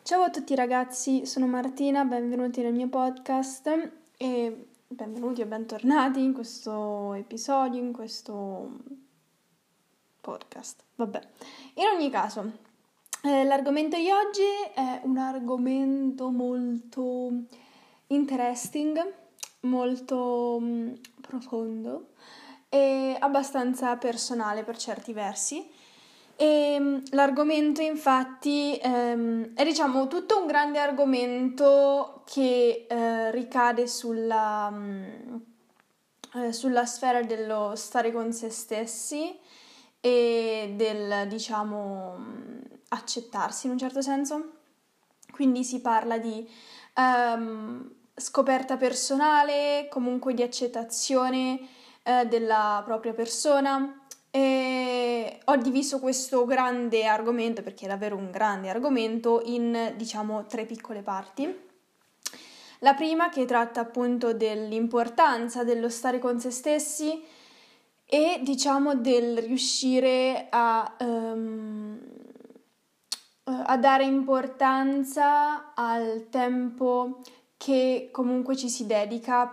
Ciao a tutti ragazzi, sono Martina, benvenuti nel mio podcast e benvenuti o bentornati in questo episodio, in questo podcast. Vabbè, in ogni caso, l'argomento di oggi è un argomento molto interesting, molto profondo e abbastanza personale per certi versi. E l'argomento infatti è diciamo tutto un grande argomento che ricade sulla sfera dello stare con se stessi e del diciamo accettarsi in un certo senso. Quindi si parla di scoperta personale, comunque di accettazione della propria persona. E ho diviso questo grande argomento, perché è davvero un grande argomento, in diciamo 3 piccole parti. La prima che tratta appunto dell'importanza dello stare con se stessi e diciamo del riuscire a dare importanza al tempo che comunque ci si dedica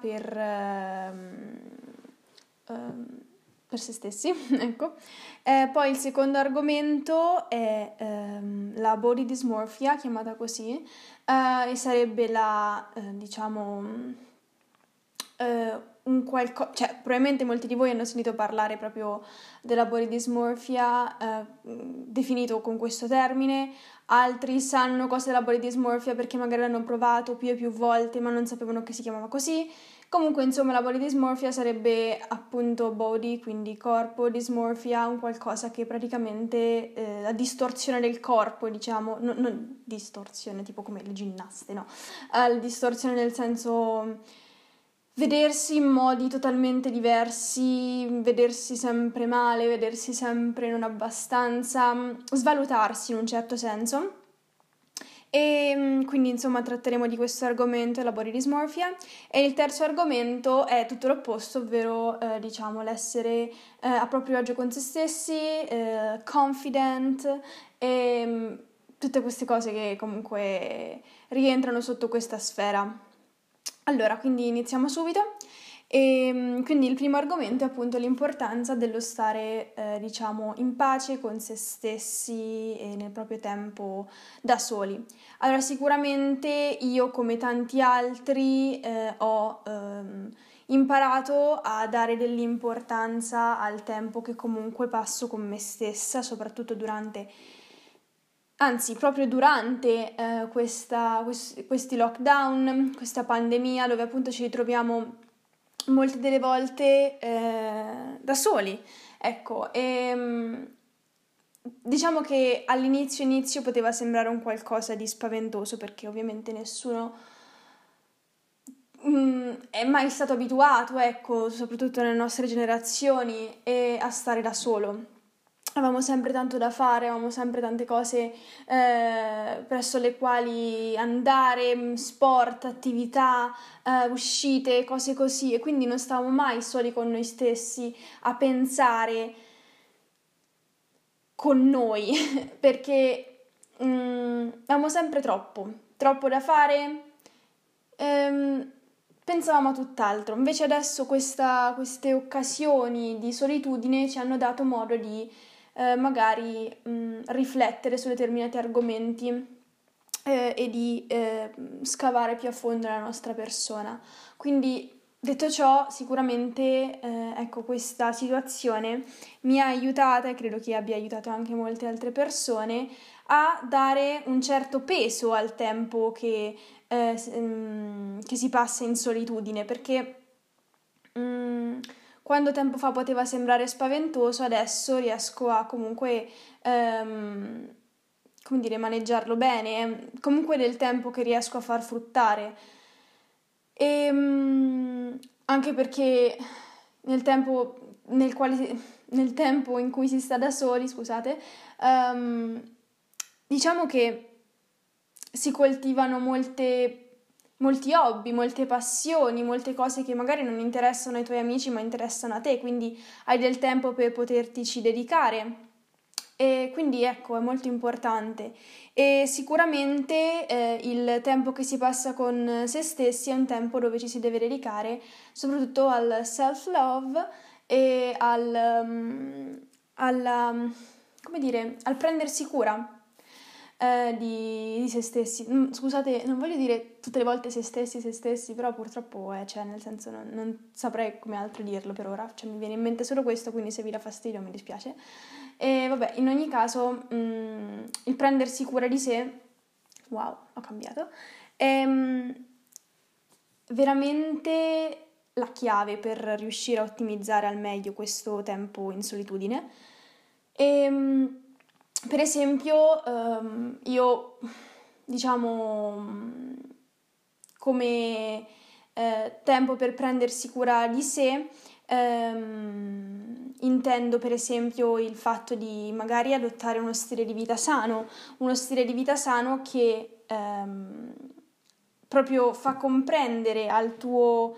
per se stessi, ecco. Poi il secondo argomento è la body dysmorphia, chiamata così, e sarebbe la, diciamo, cioè probabilmente molti di voi hanno sentito parlare proprio della body dysmorphia definito con questo termine, altri sanno cos'è la body dysmorphia perché magari l'hanno provato più e più volte ma non sapevano che si chiamava così. Comunque, insomma, la body dysmorphia sarebbe appunto body, quindi corpo, dysmorphia, un qualcosa che praticamente la distorsione del corpo, diciamo, non distorsione, tipo come le ginnaste, no? La distorsione nel senso vedersi in modi totalmente diversi, vedersi sempre male, vedersi sempre non abbastanza, svalutarsi in un certo senso. E quindi insomma tratteremo di questo argomento, la body dysmorphia, e il terzo argomento è tutto l'opposto, ovvero diciamo l'essere a proprio agio con se stessi, confident e tutte queste cose che comunque rientrano sotto questa sfera. Allora, quindi iniziamo subito. E quindi il primo argomento è appunto l'importanza dello stare, diciamo, in pace con se stessi e nel proprio tempo da soli. Allora, sicuramente io, come tanti altri, ho imparato a dare dell'importanza al tempo che comunque passo con me stessa, soprattutto proprio durante questi lockdown, questa pandemia, dove appunto ci ritroviamo molte delle volte da soli, ecco, diciamo che all'inizio poteva sembrare un qualcosa di spaventoso, perché ovviamente nessuno è mai stato abituato, ecco, soprattutto nelle nostre generazioni, a stare da solo. Avevamo sempre tanto da fare, avevamo sempre tante cose presso le quali andare, sport, attività, uscite, cose così, e quindi non stavamo mai soli con noi stessi a pensare con noi, perché avevamo sempre troppo da fare, pensavamo a tutt'altro. Invece adesso queste occasioni di solitudine ci hanno dato modo di magari riflettere su determinati argomenti e di scavare più a fondo la nostra persona. Quindi, detto ciò, sicuramente ecco, questa situazione mi ha aiutata, e credo che abbia aiutato anche molte altre persone, a dare un certo peso al tempo che si passa in solitudine, perché quando tempo fa poteva sembrare spaventoso, adesso riesco a comunque come dire, maneggiarlo bene, comunque del tempo che riesco a far fruttare. E anche perché nel tempo in cui si sta da soli, scusate, diciamo che si coltivano molti hobby, molte passioni, molte cose che magari non interessano ai tuoi amici ma interessano a te, quindi hai del tempo per potertici dedicare. E quindi ecco, è molto importante. E sicuramente il tempo che si passa con se stessi è un tempo dove ci si deve dedicare soprattutto al self-love e come dire, al prendersi cura di se stessi. Scusate, non voglio dire tutte le volte se stessi, però purtroppo cioè, nel senso non saprei come altro dirlo per ora, cioè mi viene in mente solo questo, quindi se vi dà fastidio mi dispiace. E vabbè, in ogni caso, il prendersi cura di sé, wow, ho cambiato, è veramente la chiave per riuscire a ottimizzare al meglio questo tempo in solitudine. E, per esempio, io, diciamo, come tempo per prendersi cura di sé, intendo per esempio il fatto di magari adottare uno stile di vita sano che proprio fa comprendere al tuo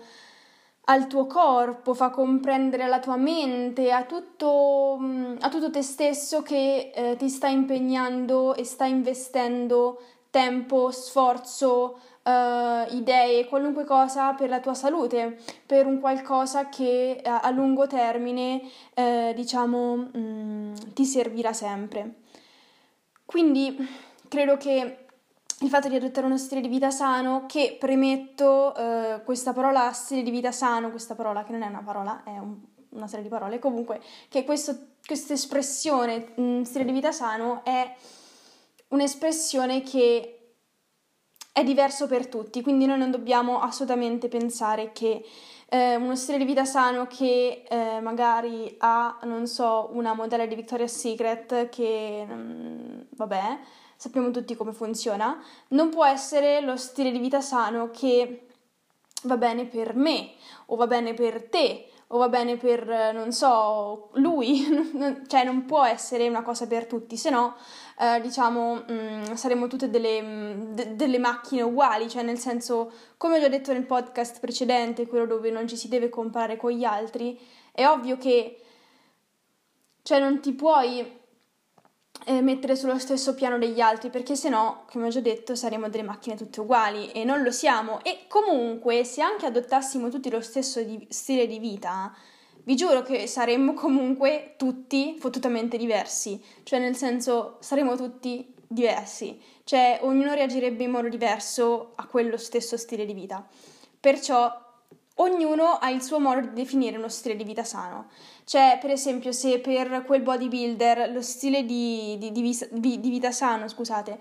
corpo, fa comprendere alla tua mente, a tutto te stesso che ti sta impegnando e sta investendo tempo, sforzo, idee, qualunque cosa per la tua salute, per un qualcosa che a lungo termine, diciamo, ti servirà sempre. Quindi credo che il fatto di adottare uno stile di vita sano, che premetto questa parola stile di vita sano, questa parola che non è una parola, è una serie di parole, comunque che questa espressione stile di vita sano è un'espressione che è diverso per tutti, quindi noi non dobbiamo assolutamente pensare che uno stile di vita sano che magari ha, non so, una modella di Victoria's Secret che, vabbè, sappiamo tutti come funziona, non può essere lo stile di vita sano che va bene per me, o va bene per te, o va bene per, non so, lui, cioè non può essere una cosa per tutti, se no, diciamo, saremo tutte delle macchine uguali, cioè nel senso, come ho già detto nel podcast precedente, quello dove non ci si deve comparare con gli altri, è ovvio che, cioè non ti puoi mettere sullo stesso piano degli altri, perché sennò, come ho già detto, saremo delle macchine tutte uguali e non lo siamo. E comunque, se anche adottassimo tutti lo stesso stile di vita, vi giuro che saremmo comunque tutti fottutamente diversi, cioè nel senso saremmo tutti diversi, cioè ognuno reagirebbe in modo diverso a quello stesso stile di vita. Perciò ognuno ha il suo modo di definire uno stile di vita sano. Cioè, per esempio, se per quel bodybuilder lo stile di vita sano, scusate,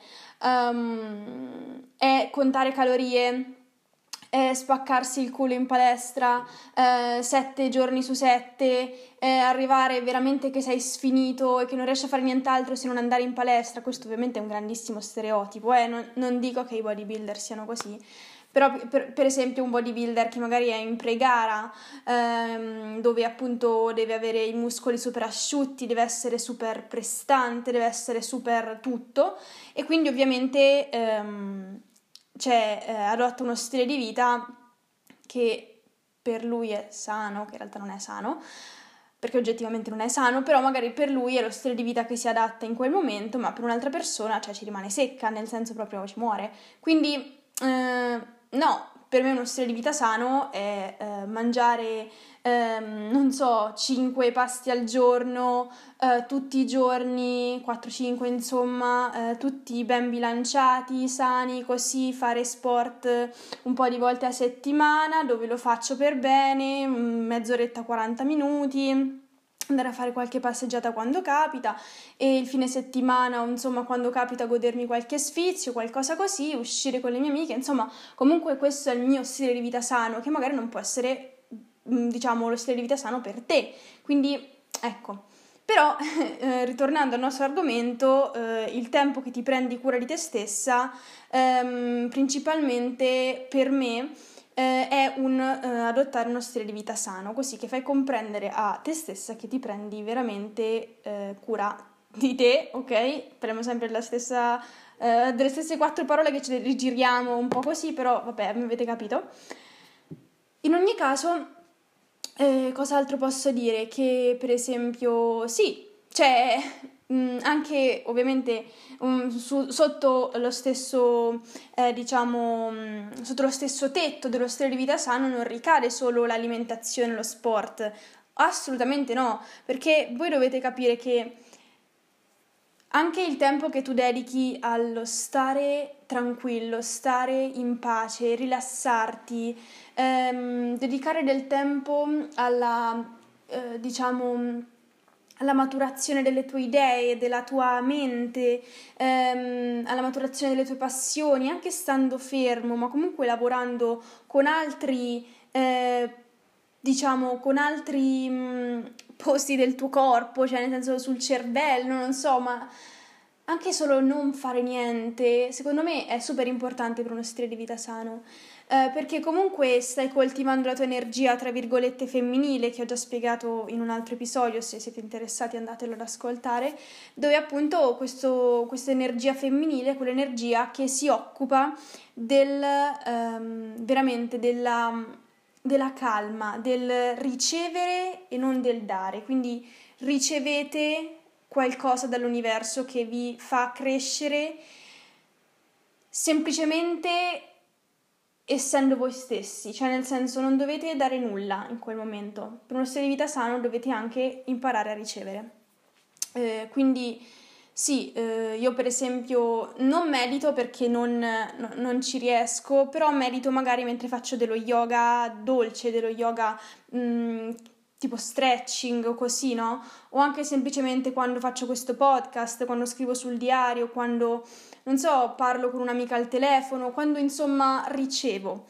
è contare calorie, è spaccarsi il culo in palestra 7 giorni su 7, arrivare veramente che sei sfinito e che non riesci a fare nient'altro se non andare in palestra. Questo ovviamente è un grandissimo stereotipo, non dico che i bodybuilder siano così. Però per esempio un bodybuilder che magari è in pre-gara, dove appunto deve avere i muscoli super asciutti, deve essere super prestante, deve essere super tutto, e quindi ovviamente adotta uno stile di vita che per lui è sano, che in realtà non è sano, perché oggettivamente non è sano, però magari per lui è lo stile di vita che si adatta in quel momento, ma per un'altra persona, cioè, ci rimane secca, nel senso proprio ci muore. Quindi no, per me uno stile di vita sano è mangiare, non so, 5 pasti al giorno, tutti i giorni, 4-5 insomma, tutti ben bilanciati, sani, così fare sport un po' di volte a settimana, dove lo faccio per bene, mezz'oretta, 40 minuti, andare a fare qualche passeggiata quando capita, e il fine settimana o insomma quando capita godermi qualche sfizio, qualcosa così, uscire con le mie amiche, insomma comunque questo è il mio stile di vita sano, che magari non può essere diciamo lo stile di vita sano per te, quindi ecco. Però ritornando al nostro argomento, il tempo che ti prendi cura di te stessa, principalmente per me è adottare uno stile di vita sano, così che fai comprendere a te stessa che ti prendi veramente cura di te, ok? Parliamo sempre delle stesse 4 parole che ci rigiriamo un po' così, però vabbè, mi avete capito. In ogni caso, cos'altro posso dire? Che per esempio, sì, cioè anche ovviamente sotto lo stesso sotto lo stesso tetto dello stile di vita sano non ricade solo l'alimentazione e lo sport, assolutamente no, perché voi dovete capire che anche il tempo che tu dedichi allo stare tranquillo, stare in pace, rilassarti, dedicare del tempo alla alla maturazione delle tue idee, della tua mente, alla maturazione delle tue passioni, anche stando fermo, ma comunque lavorando con altri, con altri posti del tuo corpo, cioè nel senso sul cervello, non so, ma anche solo non fare niente, secondo me è super importante per uno stile di vita sano. Perché comunque stai coltivando la tua energia, tra virgolette, femminile, che ho già spiegato in un altro episodio, se siete interessati andatelo ad ascoltare, dove appunto questa energia femminile è quell'energia che si occupa veramente della calma, del ricevere e non del dare, quindi ricevete qualcosa dall'universo che vi fa crescere semplicemente essendo voi stessi, cioè nel senso non dovete dare nulla in quel momento. Per uno stile di vita sano dovete anche imparare a ricevere. Quindi sì, io per esempio non medito perché non ci riesco, però medito magari mentre faccio dello yoga dolce, dello yoga tipo stretching o così, no? O anche semplicemente quando faccio questo podcast, quando scrivo sul diario, quando, non so, parlo con un'amica al telefono, quando insomma ricevo.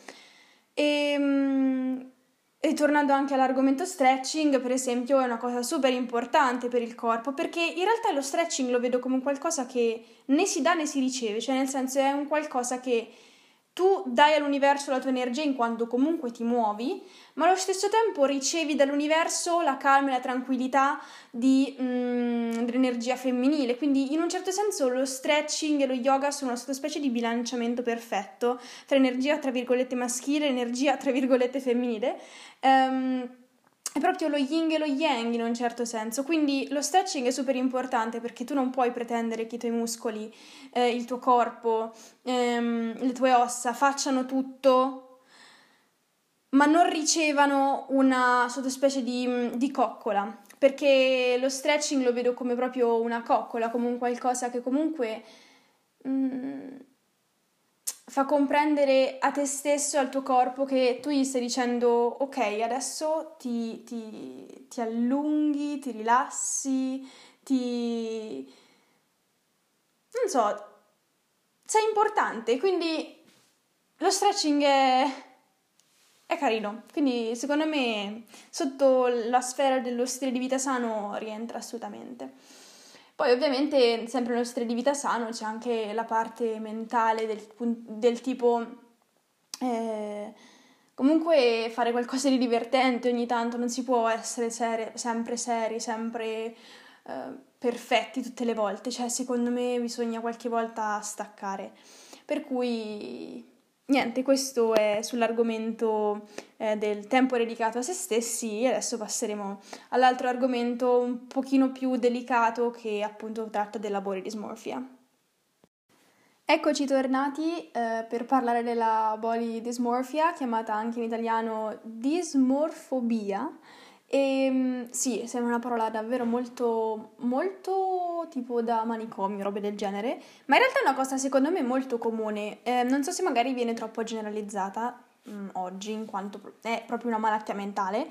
E tornando anche all'argomento stretching, per esempio, è una cosa super importante per il corpo, perché in realtà lo stretching lo vedo come un qualcosa che né si dà né si riceve, cioè nel senso è un qualcosa che tu dai all'universo la tua energia in quanto comunque ti muovi, ma allo stesso tempo ricevi dall'universo la calma e la tranquillità dell'energia femminile. Quindi in un certo senso lo stretching e lo yoga sono una sottospecie di bilanciamento perfetto tra energia tra virgolette maschile e energia tra virgolette femminile. È proprio lo yin e lo yang in un certo senso, quindi lo stretching è super importante perché tu non puoi pretendere che i tuoi muscoli, il tuo corpo, le tue ossa facciano tutto ma non ricevano una sottospecie di coccola, perché lo stretching lo vedo come proprio una coccola, come un qualcosa che comunque fa comprendere a te stesso, al tuo corpo, che tu gli stai dicendo ok, adesso ti allunghi, ti rilassi, non so, sei importante, quindi lo stretching è carino, quindi secondo me sotto la sfera dello stile di vita sano rientra assolutamente. Poi ovviamente sempre nello stile di vita sano c'è anche la parte mentale del tipo comunque fare qualcosa di divertente ogni tanto, non si può essere sempre seri, sempre perfetti tutte le volte, cioè secondo me bisogna qualche volta staccare, per cui niente, questo è sull'argomento del tempo dedicato a se stessi e adesso passeremo all'altro argomento un pochino più delicato che appunto tratta della body dysmorphia. Eccoci tornati per parlare della body dysmorphia, chiamata anche in italiano dismorfobia. E sì, sembra una parola davvero molto, molto tipo da manicomio, robe del genere, ma in realtà è una cosa secondo me molto comune. Non so se magari viene troppo generalizzata oggi, in quanto è proprio una malattia mentale.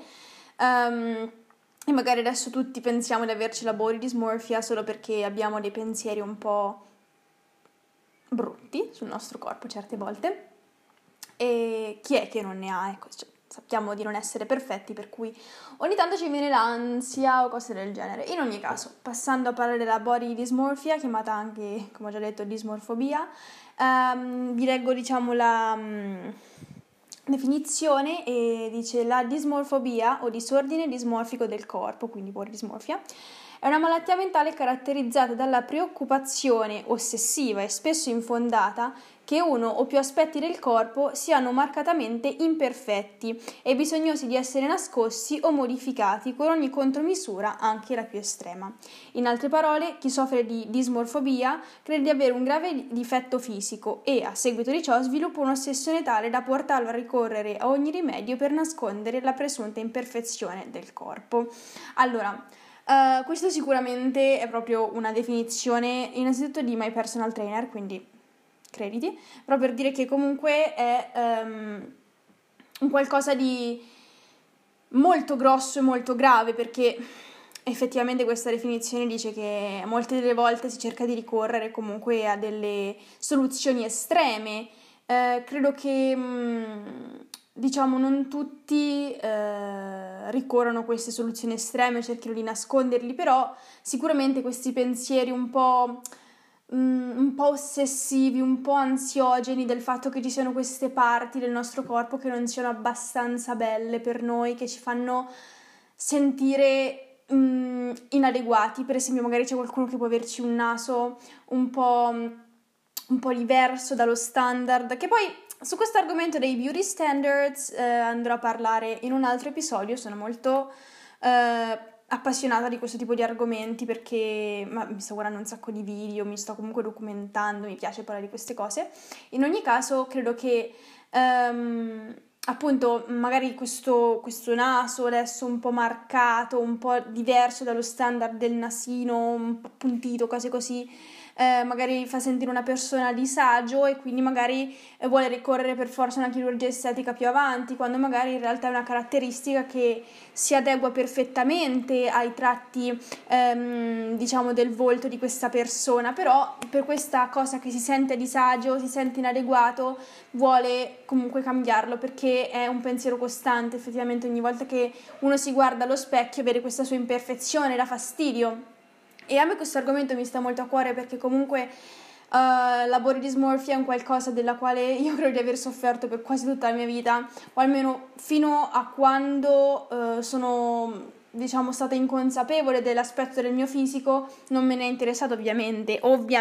E magari adesso tutti pensiamo di averci la body dysmorphia solo perché abbiamo dei pensieri un po' brutti sul nostro corpo certe volte. E chi è che non ne ha? Ecco, cioè, sappiamo di non essere perfetti, per cui ogni tanto ci viene l'ansia o cose del genere. In ogni caso, passando a parlare della body dysmorphia, chiamata anche, come ho già detto, dismorfobia, vi leggo diciamo la definizione e dice: la dismorfobia o disordine dismorfico del corpo, quindi body dysmorphia, È una malattia mentale caratterizzata dalla preoccupazione ossessiva e spesso infondata che uno o più aspetti del corpo siano marcatamente imperfetti e bisognosi di essere nascosti o modificati con ogni contromisura, anche la più estrema. In altre parole, chi soffre di dismorfobia crede di avere un grave difetto fisico e, a seguito di ciò, sviluppa un'ossessione tale da portarlo a ricorrere a ogni rimedio per nascondere la presunta imperfezione del corpo. Allora, questo sicuramente è proprio una definizione innanzitutto di my personal trainer, quindi crediti, però per dire che comunque è un qualcosa di molto grosso e molto grave, perché effettivamente questa definizione dice che molte delle volte si cerca di ricorrere comunque a delle soluzioni estreme. Credo che diciamo non tutti ricorrono a queste soluzioni estreme, cerchino di nasconderli, però sicuramente questi pensieri un po' ossessivi, un po' ansiogeni del fatto che ci siano queste parti del nostro corpo che non siano abbastanza belle per noi, che ci fanno sentire inadeguati. Per esempio, magari c'è qualcuno che può averci un naso un po' diverso dallo standard, che poi su questo argomento dei beauty standards andrò a parlare in un altro episodio. Sono molto appassionata di questo tipo di argomenti perché mi sto guardando un sacco di video, mi sto comunque documentando, mi piace parlare di queste cose. In ogni caso credo che appunto magari questo naso adesso un po' marcato, un po' diverso dallo standard del nasino, un po' puntito, cose così, magari fa sentire una persona a disagio e quindi magari vuole ricorrere per forza a una chirurgia estetica più avanti, quando magari in realtà è una caratteristica che si adegua perfettamente ai tratti diciamo del volto di questa persona, però per questa cosa che si sente a disagio, si sente inadeguato, vuole comunque cambiarlo, perché è un pensiero costante. Effettivamente ogni volta che uno si guarda allo specchio vede questa sua imperfezione, dà fastidio. E a me questo argomento mi sta molto a cuore perché comunque la body dysmorphia è un qualcosa della quale io credo di aver sofferto per quasi tutta la mia vita, o almeno fino a quando sono, diciamo, stata inconsapevole dell'aspetto del mio fisico. Non me ne è interessato ovviamente.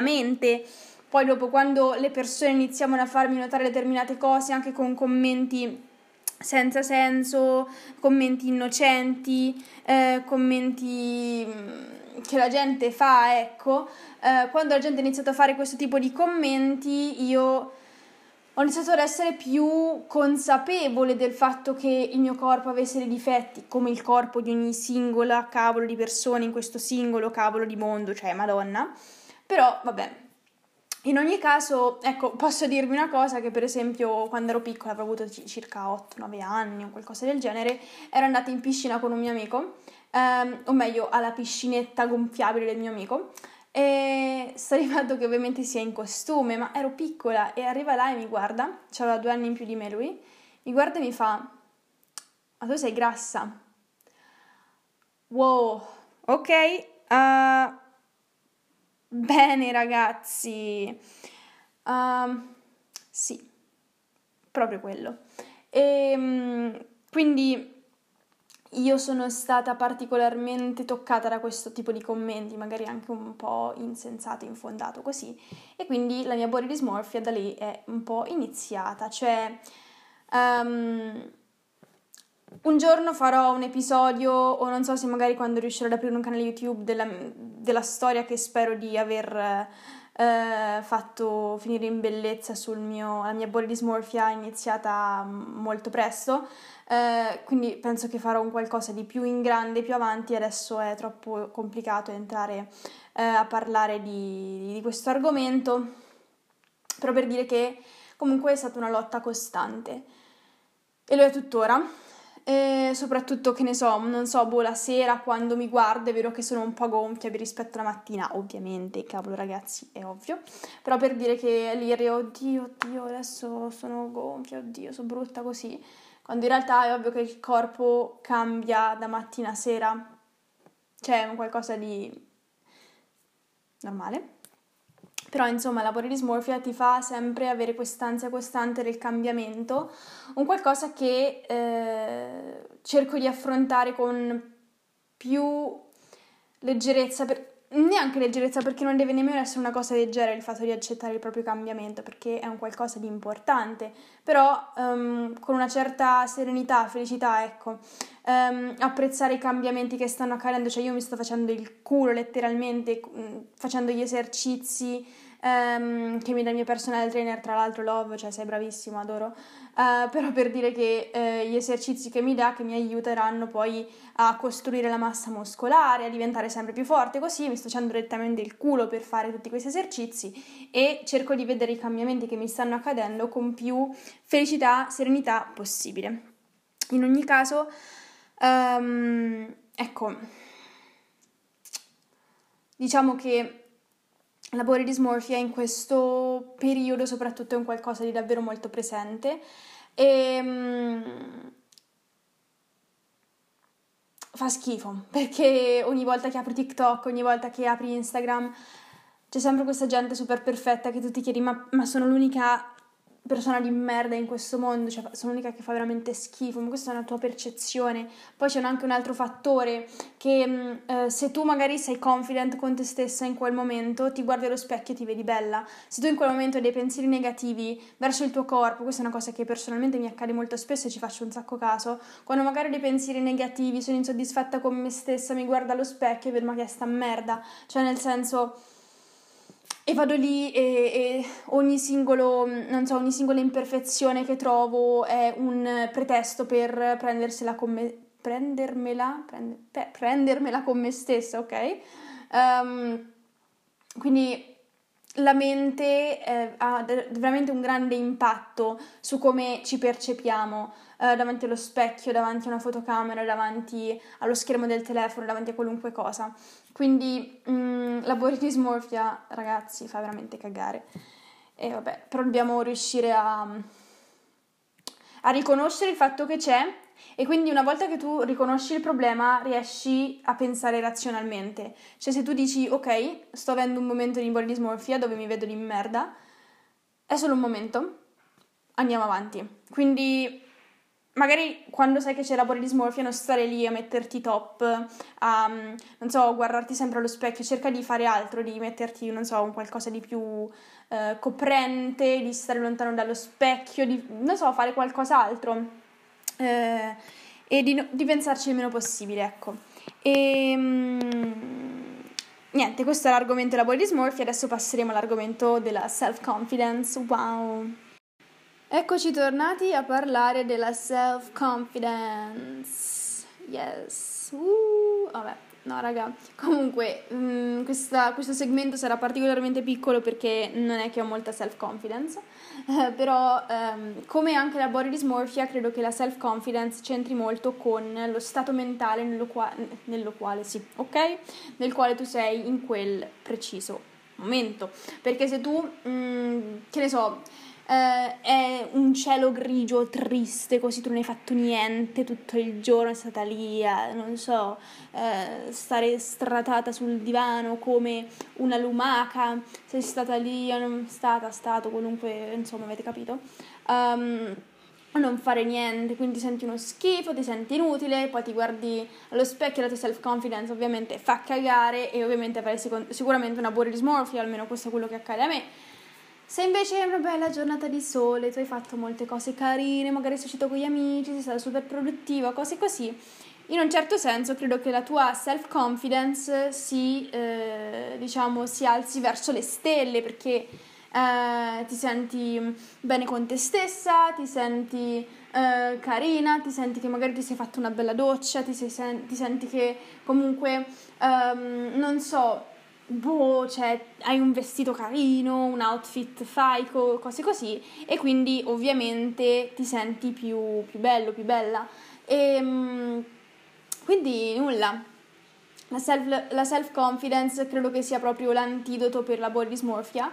Poi dopo, quando le persone iniziavano a farmi notare determinate cose anche con commenti senza senso, commenti innocenti, commenti che la gente fa, ecco, quando la gente ha iniziato a fare questo tipo di commenti, io ho iniziato ad essere più consapevole del fatto che il mio corpo avesse dei difetti, come il corpo di ogni singola cavolo di persona in questo singolo cavolo di mondo, cioè Madonna. Però vabbè, in ogni caso, ecco, posso dirvi una cosa, che per esempio quando ero piccola, avrò avuto circa 8-9 anni o qualcosa del genere, ero andata in piscina con un mio amico, o meglio alla piscinetta gonfiabile del mio amico, e sta arrivando che ovviamente sia in costume, ma ero piccola, e arriva là e mi guarda, c'aveva 2 anni in più di me lui, mi guarda e mi fa: ma tu sei grassa? Wow, ok, bene ragazzi, sì, proprio quello. Quindi io sono stata particolarmente toccata da questo tipo di commenti, magari anche un po' insensato, infondato così, e quindi la mia body dysmorphia da lì è un po' iniziata. Cioè un giorno farò un episodio, o non so se magari quando riuscirò ad aprire un canale YouTube, della storia che spero di aver fatto finire in bellezza la mia body dysmorphia iniziata molto presto. Quindi penso che farò un qualcosa di più in grande più avanti. Adesso è troppo complicato entrare a parlare di questo argomento, però per dire che comunque è stata una lotta costante e lo è tuttora. E soprattutto, che ne so, non so, la sera quando mi guardo e vedo che sono un po' gonfia rispetto alla mattina, ovviamente, cavolo ragazzi, è ovvio, però per dire che lì oddio, adesso sono gonfia, oddio, sono brutta così, quando in realtà è ovvio che il corpo cambia da mattina a sera, cioè è un qualcosa di normale. Però insomma la body dysmorphia ti fa sempre avere quest'ansia costante del cambiamento, un qualcosa che cerco di affrontare con più leggerezza, neanche leggerezza, perché non deve nemmeno essere una cosa leggera il fatto di accettare il proprio cambiamento, perché è un qualcosa di importante, però con una certa serenità, felicità, ecco, apprezzare i cambiamenti che stanno accadendo, cioè io mi sto facendo il culo letteralmente facendo gli esercizi che mi dà il mio personal trainer, tra l'altro Love, cioè sei bravissimo, adoro, però per dire che gli esercizi che mi dà, che mi aiuteranno poi a costruire la massa muscolare, a diventare sempre più forte, così mi sto facendo direttamente il culo per fare tutti questi esercizi e cerco di vedere i cambiamenti che mi stanno accadendo con più felicità, serenità possibile. In ogni caso, ecco, diciamo che la body dysmorphia in questo periodo soprattutto è un qualcosa di davvero molto presente e fa schifo, perché ogni volta che apri TikTok, ogni volta che apri Instagram c'è sempre questa gente super perfetta che tu ti chiedi ma sono l'unica persona di merda in questo mondo, cioè sono l'unica che fa veramente schifo, ma questa è una tua percezione. Poi c'è anche un altro fattore che se tu magari sei confident con te stessa in quel momento, ti guardi allo specchio e ti vedi bella. Se tu in quel momento hai dei pensieri negativi verso il tuo corpo, questa è una cosa che personalmente mi accade molto spesso e ci faccio un sacco caso, quando magari ho dei pensieri negativi, sono insoddisfatta con me stessa, mi guardo allo specchio e vedo ma che sta merda, cioè nel senso... E vado lì e ogni singola imperfezione che trovo è un pretesto per prendermela con me stessa, ok? Quindi la mente ha veramente un grande impatto su come ci percepiamo davanti allo specchio, davanti a una fotocamera, davanti allo schermo del telefono, davanti a qualunque cosa. Quindi la body dysmorphia, ragazzi, fa veramente cagare. E vabbè, però dobbiamo riuscire a riconoscere il fatto che c'è e quindi una volta che tu riconosci il problema riesci a pensare razionalmente. Cioè se tu dici ok, sto avendo un momento di body dysmorphia dove mi vedo di merda, è solo un momento, andiamo avanti. Quindi magari quando sai che c'è la body dysmorphia non stare lì a metterti top, a, non so, guardarti sempre allo specchio, cerca di fare altro, di metterti, non so, un qualcosa di più coprente, di stare lontano dallo specchio, di, non so, fare qualcos'altro e di pensarci il meno possibile, ecco. E niente, questo è l'argomento della body dysmorphia, adesso passeremo all'argomento della self-confidence, wow! Eccoci tornati a parlare della self-confidence. Yes. Vabbè, no raga. Comunque, questo segmento sarà particolarmente piccolo perché non è che ho molta self-confidence. Però, come anche la body dysmorphia, credo che la self-confidence c'entri molto con lo stato mentale nel quale tu sei in quel preciso momento. Perché se tu, che ne so... è un cielo grigio triste, così tu non hai fatto niente tutto il giorno, è stata lì non so, stare stratata sul divano come una lumaca, sei stata lì stato comunque, insomma, avete capito, a non fare niente, quindi ti senti uno schifo, ti senti inutile, poi ti guardi allo specchio, la tua self-confidence ovviamente fa cagare e ovviamente avrai sicuramente una body dysmorphia, almeno questo è quello che accade a me. Se invece è una bella giornata di sole, tu hai fatto molte cose carine, magari sei uscito con gli amici, sei stata super produttiva, cose così, in un certo senso credo che la tua self-confidence si alzi verso le stelle, perché ti senti bene con te stessa, ti senti carina, ti senti che magari ti sei fatto una bella doccia, ti senti che comunque, non so... cioè hai un vestito carino, un outfit faico, cose così, e quindi ovviamente ti senti più bello, più bella e quindi nulla, la self-confidence credo che sia proprio l'antidoto per la body dysmorphia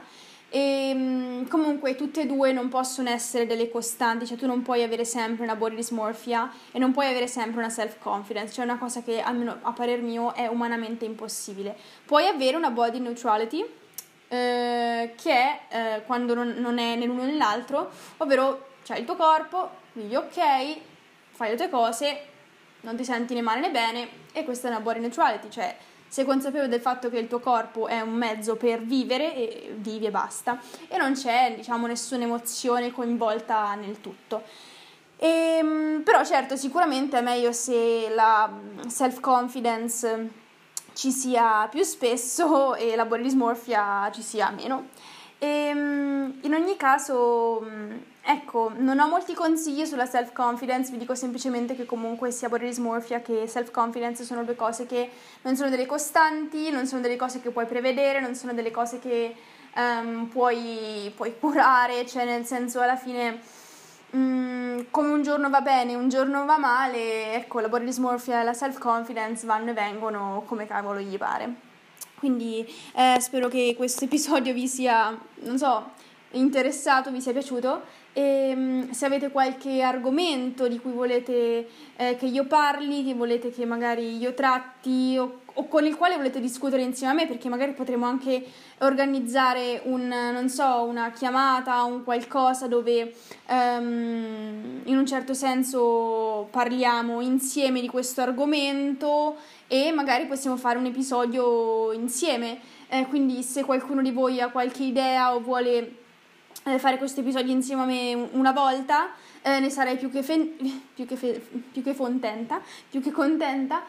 e comunque tutte e due non possono essere delle costanti, cioè tu non puoi avere sempre una body dysmorphia e non puoi avere sempre una self-confidence, cioè una cosa che almeno a parer mio è umanamente impossibile. Puoi avere una body neutrality che è quando non è né l'uno né l'altro, ovvero c'hai il tuo corpo, vivi ok, fai le tue cose, non ti senti né male né bene e questa è una body neutrality, cioè sei consapevole del fatto che il tuo corpo è un mezzo per vivere e vivi e basta, e non c'è, diciamo, nessuna emozione coinvolta nel tutto. Però certo, sicuramente è meglio se la self-confidence ci sia più spesso e la body dysmorphia ci sia meno. In ogni caso, ecco, non ho molti consigli sulla self-confidence, vi dico semplicemente che comunque sia body dysmorphia che self-confidence sono due cose che non sono delle costanti, non sono delle cose che puoi prevedere, non sono delle cose che puoi curare, cioè nel senso alla fine come un giorno va bene, un giorno va male, ecco, la body dysmorphia e la self-confidence vanno e vengono come cavolo gli pare. Quindi spero che questo episodio vi sia, non so, interessato, vi sia piaciuto, e se avete qualche argomento di cui volete che io parli, che volete che magari io tratti o con il quale volete discutere insieme a me, perché magari potremo anche organizzare non so, una chiamata, un qualcosa dove in un certo senso parliamo insieme di questo argomento e magari possiamo fare un episodio insieme. Quindi se qualcuno di voi ha qualche idea o vuole fare questo episodio insieme a me una volta, ne sarei più che contenta.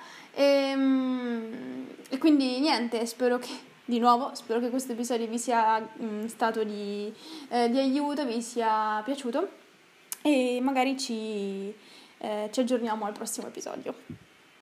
E quindi niente, spero che questo episodio vi sia stato di aiuto, vi sia piaciuto, e magari ci aggiorniamo al prossimo episodio.